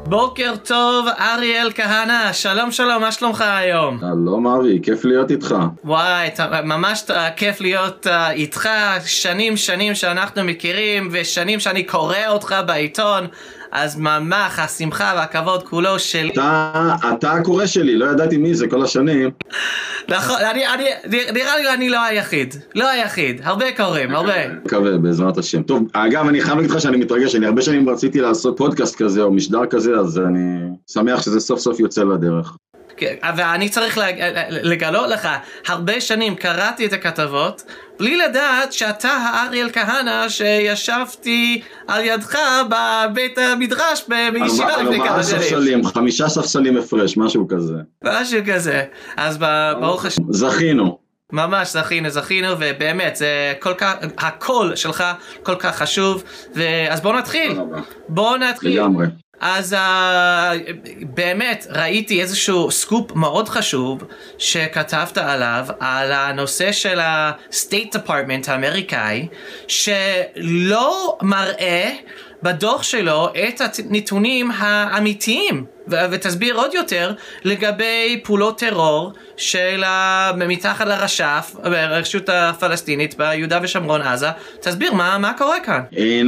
בוקר טוב, אריאל כהנא, שלום שלום, מה שלומך היום? שלום אבי, כיף להיות איתך. וואי, ממש כיף להיות איתך, שנים שאנחנו מכירים, ושנים שאני קורא אותך בעיתון, אז ממש השמחה והכבוד כולו שלי. אתה הקורא שלי, לא ידעתי מי זה כל השנים. נכון, נראה לי אני לא היחיד, הרבה קוראים, הרבה. מקווה, בעזרת השם. טוב, אגב, אני חייב להגיד לך שאני מתרגש, אני הרבה שנים רציתי לעשות פודקאסט כזה או משדר כזה, אז אני שמח שזה סוף סוף יוצא לדרך. ואני צריך לגלות לך, הרבה שנים קראתי את הכתבות, בלי לדעת שאתה האריאל כהנא שישבתי על ידך בבית המדרש בישיבה לפני כמה שנים. 5 ספסלים הפרש, משהו כזה. אז ברוך השם. זכינו. ממש זכינו, ובאמת זה כל כך, הקול שלך כל כך חשוב, אז בוא נתחיל. לגמרי. אז באמת ראיתי איזשהו סקופ מאוד חשוב שכתבת עליו, על הנושא של ה-State Department האמריקאי, שלא מראה בדוח שלו את הנתונים האמיתיים, ותסביר עוד יותר לגבי פעולות טרור של מתחת לרש"פ ברשות הפלסטינית ביהודה ושומרון עזה. תסביר מה קורה כאן.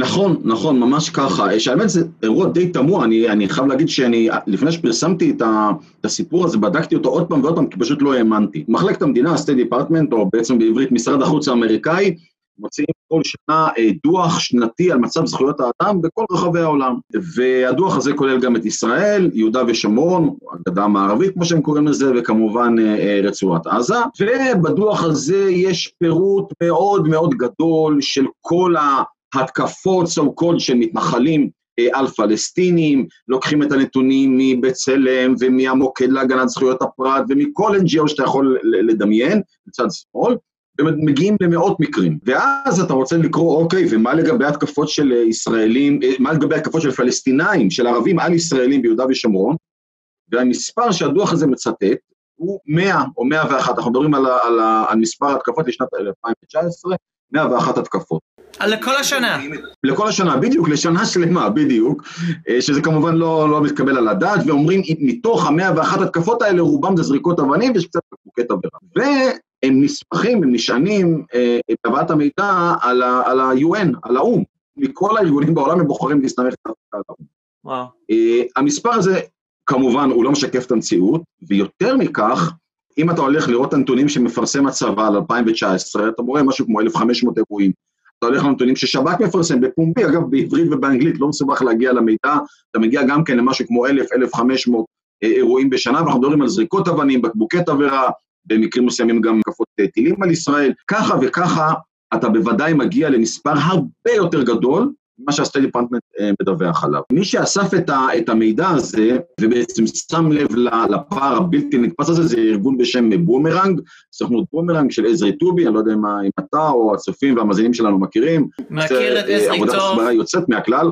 נכון, ממש ככה. שהאמת זה אירוע די תמוה. אני חייב להגיד שאני לפני שפרסמתי את הסיפור הזה בדקתי אותו עוד פעם ועוד פעם, כי פשוט לא האמנתי. מחלקת המדינה, State Department, או בעצם בעברית משרד החוץ האמריקאי, מוציאים כל שנה דוח שנתי על מצב זכויות האדם בכל רחבי העולם. והדוח הזה כולל גם את ישראל, יהודה ושומרון, הגדה המערבית כמו שהם קוראים לזה, וכמובן רצועת עזה. ובדוח הזה יש פירוט מאוד מאוד גדול של כל ההתקפות so called של מתנחלים על פלסטינים, לוקחים את הנתונים מבצלם ומהמוקד להגנת זכויות הפרט ומכל NGO שאתה יכול לדמיין בצד שמאל, ומגיעים למאות מקרים. ואז אתה רוצה לקרוא, אוקיי, ומה לגבי התקפות של ישראלים, מה לגבי התקפות של פלסטינאים, של ערבים על ישראלים ביהודה ושומרון, והמספר שהדוח הזה מצטט הוא 100 או 101, אנחנו מדברים על מספר התקפות לשנת 2019, 101 התקפות. לכל השנה. לכל השנה, בדיוק, לשנה שלמה, בדיוק, שזה כמובן לא מתקבל על הדעת, ואומרים, מתוך ה-101 התקפות האלה, רובם זה זריקות אבנים, ויש קצת בקבוקי תבערה. הם נספחים, הם נשענים את הבאת המידע על ה-UN, על האום. מכל הארגונים בעולם הם בוחרים להסתמך על האום. וואו. המספר הזה, כמובן, הוא לא משקף את המציאות, ויותר מכך, אם אתה הולך לראות את הנתונים שמפרסם הצבא על 2019, אתה רואה משהו כמו 1,500 אירועים. אתה הולך לנתונים ששב"כ מפרסם בפומבי, אגב, בעברית ובאנגלית, לא מסובך להגיע למידע, אתה מגיע גם כן למשהו כמו 1,000-1,500 אירועים בשנה, ואנחנו מדברים על זריקות אבנים, בקבוקי תבערה, במקרים מסוימים גם התקפות טילים על ישראל, ככה וככה אתה בוודאי מגיע למספר הרבה יותר גדול, מה שה-State Department מדווח עליו. מי שאסף את המידע הזה, ובעצם שם לב לפער הבלתי נתפס הזה, זה ארגון בשם בומרנג, סוכנות בומרנג של עזרי טובי, אני לא יודע אם אתה או הצופים והמאזינים שלנו מכירים. מכיר את עזרי טוב. עבודת הסברה יוצאת מהכלל.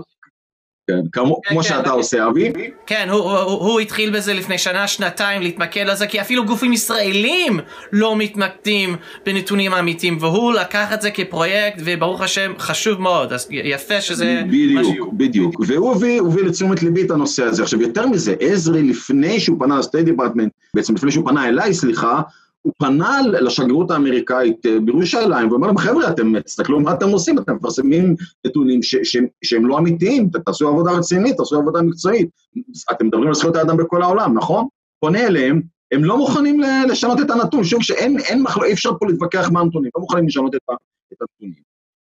כן, כמו שאתה עושה, אבי. כן, הוא התחיל בזה לפני שנתיים להתמקד על זה, כי אפילו גופים ישראלים לא מתמקדים בנתונים האמיתיים, והוא לקח את זה כפרויקט, וברוך השם חשוב מאוד, אז יפה שזה משהו. בדיוק, והוא הוביל לתשומת ליבי את הנושא הזה. עכשיו, יותר מזה, עזרי לפני שהוא פנה ל-State Department, בעצם לפני שהוא פנה אליי, הוא פנה לשגרירות האמריקאית בירושלים, ואומר להם, חבר'ה, אתם תסתכלו מה אתם עושים, אתם מפרסמים נתונים שהם לא אמיתיים, תעשו עבודה רצינית, תעשו עבודה מקצועית, אתם מדברים על זכויות האדם בכל העולם, נכון? פונה אליהם, הם לא מוכנים לשנות את הנתון, שוב אי אפשר פה להתווכח מה הנתונים, לא מוכנים לשנות את הנתונים.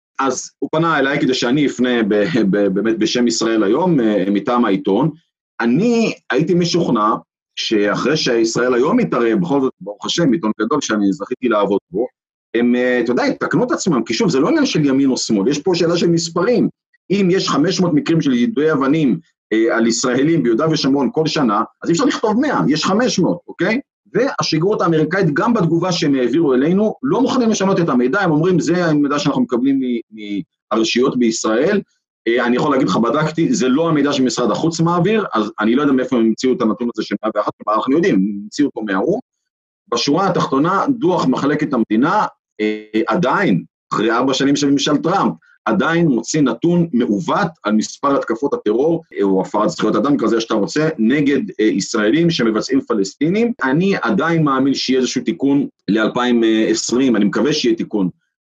אז הוא פנה אליי כדי שאני אפנה באמת בשם ישראל היום, מטעם העיתון, אני הייתי משוכנע, שאחרי שישראל היום מתערב, בכל זאת, ברוך השם, עיתון גדול שאני זכיתי לעבוד בו, הם, אתה יודע, תקנו את עצמם, כי שוב, זה לא עניין של ימין או שמאל, יש פה שאלה של מספרים, אם יש 500 מקרים של יידוי אבנים על ישראלים ביהודה ושומרון כל שנה, אז אי אפשר לכתוב 100, יש 500, אוקיי? והשגרירות האמריקאית, גם בתגובה שהם העבירו אלינו, לא מוכנים לשנות את המידע, הם אומרים, זה המידע שאנחנו מקבלים מהרשויות בישראל, אני יכול להגיד לך, בדקתי, זה לא המידע שמשרד החוץ מעביר, אז אני לא יודע מאיפה הם המציאו את הנתון הזה של 101, אבל אנחנו יודעים, הם המציאו אותו מהאום. בשורה התחתונה, דוח מחלקת המדינה, עדיין, אחרי 4 שנים של ממשל טראמפ, עדיין מוציא נתון מעוות על מספר התקפות הטרור, או הפרת זכויות אדם כזה שאתה רוצה, נגד ישראלים שמבצעים פלסטינים. אני עדיין מאמין שיהיה איזשהו תיקון ל-2020, אני מקווה שיהיה תיקון,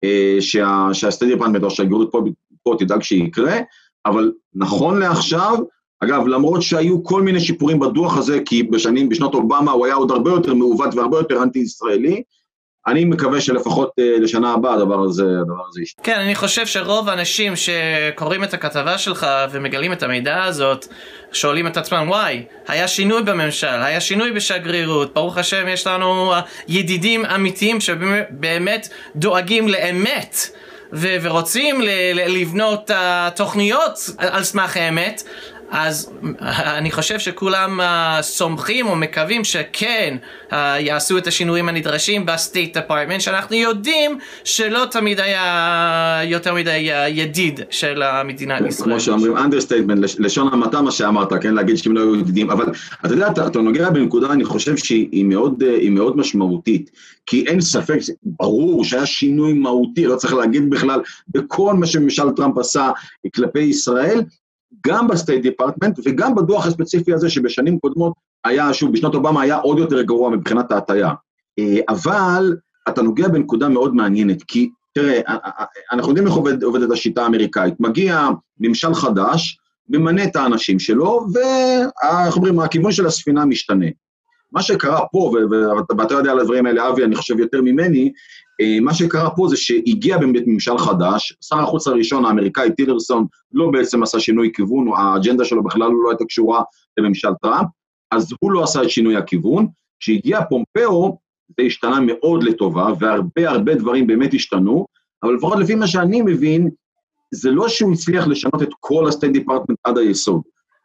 שהסטייט דיפרטמנט או שהשגרירות פה תדאג שיקרה, אבל נכון לעכשיו, אגב, למרות שהיו כל מיני שיפורים בדוח הזה, כי בשנות אובמה הוא היה עוד הרבה יותר מעוות והרבה יותר אנטי-ישראלי, אני מקווה שלפחות לשנה הבאה הדבר הזה ישתנה. כן, אני חושב שרוב האנשים שקוראים את הכתבה שלך ומגלים את המידע הזאת, שואלים את עצמם, וואי, היה שינוי בממשל, היה שינוי בשגרירות, ברוך השם יש לנו ידידים אמיתיים שבאמת דואגים לאמת, ורוצים לבנות תוכניות על סמך האמת, אז אני חושב שכולם סומכים או מקווים שכן יעשו את השינויים הנדרשים בסטייט דיפרטמנט, שאנחנו יודעים שלא תמיד היה יותר מדי ידיד של המדינת ישראל. כמו שאומרים, understatement, לשון המעטה מה שאמרת, כן, להגיד שהם לא היו ידידים, אבל אתה יודע, אתה נוגע בנקודה, אני חושב שהיא מאוד משמעותית, כי אין ספק, ברור שהיה שינוי מהותי, לא צריך להגיד בכלל, בכל מה שממשל טראמפ עשה כלפי ישראל, גם בסטייט דיפרטמנט וגם בדוח הספציפי הזה שבשנים קודמות היה, שוב, בשנות אובמה היה עוד יותר גרוע מבחינת ההטיה. אבל אתה נוגע בנקודה מאוד מעניינת, כי תראה, אנחנו יודעים איך עובדת השיטה האמריקאית, מגיע ממשל חדש, ממנה את האנשים שלו, ואיך אומרים, הכיוון של הספינה משתנה. מה שקרה פה, ואתה יודע על הדברים האלה, אבי, אני חושב יותר ממני, מה שקרה פה זה שהגיע באמת ממשל חדש, שר החוץ הראשון האמריקאי טילרסון לא בעצם עשה שינוי כיוון, האג'נדה שלו בכלל לא הייתה קשורה לממשל טראמפ, אז הוא לא עשה את שינוי הכיוון, כשהגיע פומפאו זה השתנה מאוד לטובה, והרבה דברים באמת השתנו, אבל לפחות לפי מה שאני מבין, זה לא שהוא הצליח לשנות את כל הסטייט דיפרטמנט עד היסוד,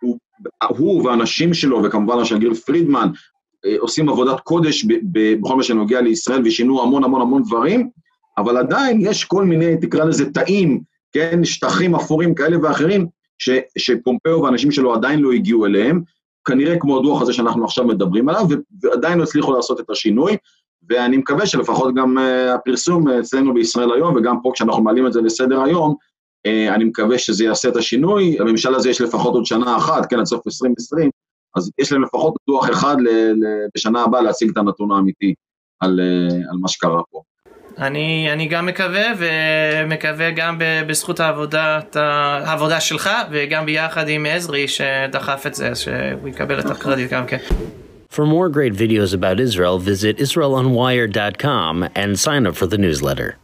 הוא והאנשים שלו, וכמובן השגריר פרידמן, עושים עבודת קודש בכל מה שנוגע לישראל, ושינו המון דברים, אבל עדיין יש כל מיני, תקרא לזה תאים, כן, שטחים אפורים כאלה ואחרים, שפומפאו והאנשים שלו עדיין לא הגיעו אליהם, כנראה כמו הדוח הזה שאנחנו עכשיו מדברים עליו, ועדיין לא הצליחו לעשות את השינוי, ואני מקווה שלפחות גם הפרסום אצלנו בישראל היום, וגם פה כשאנחנו מעלים את זה לסדר היום, אני מקווה שזה יעשה את השינוי, הממשל הזה יש לפחות עוד שנה אחת, כן, עד סוף 2020, אז יש להם לפחות דוח אחד בשנה הבאה להציג את הנתון האמיתי על מה שקרה פה. אני גם מקווה גם בזכות העבודה שלך, וגם ביחד עם עזרי שדחף את זה, שהוא יקבל את הקרדיט גם כן. For more great videos about Israel, visit IsraelOnWire.com and sign up for the newsletter.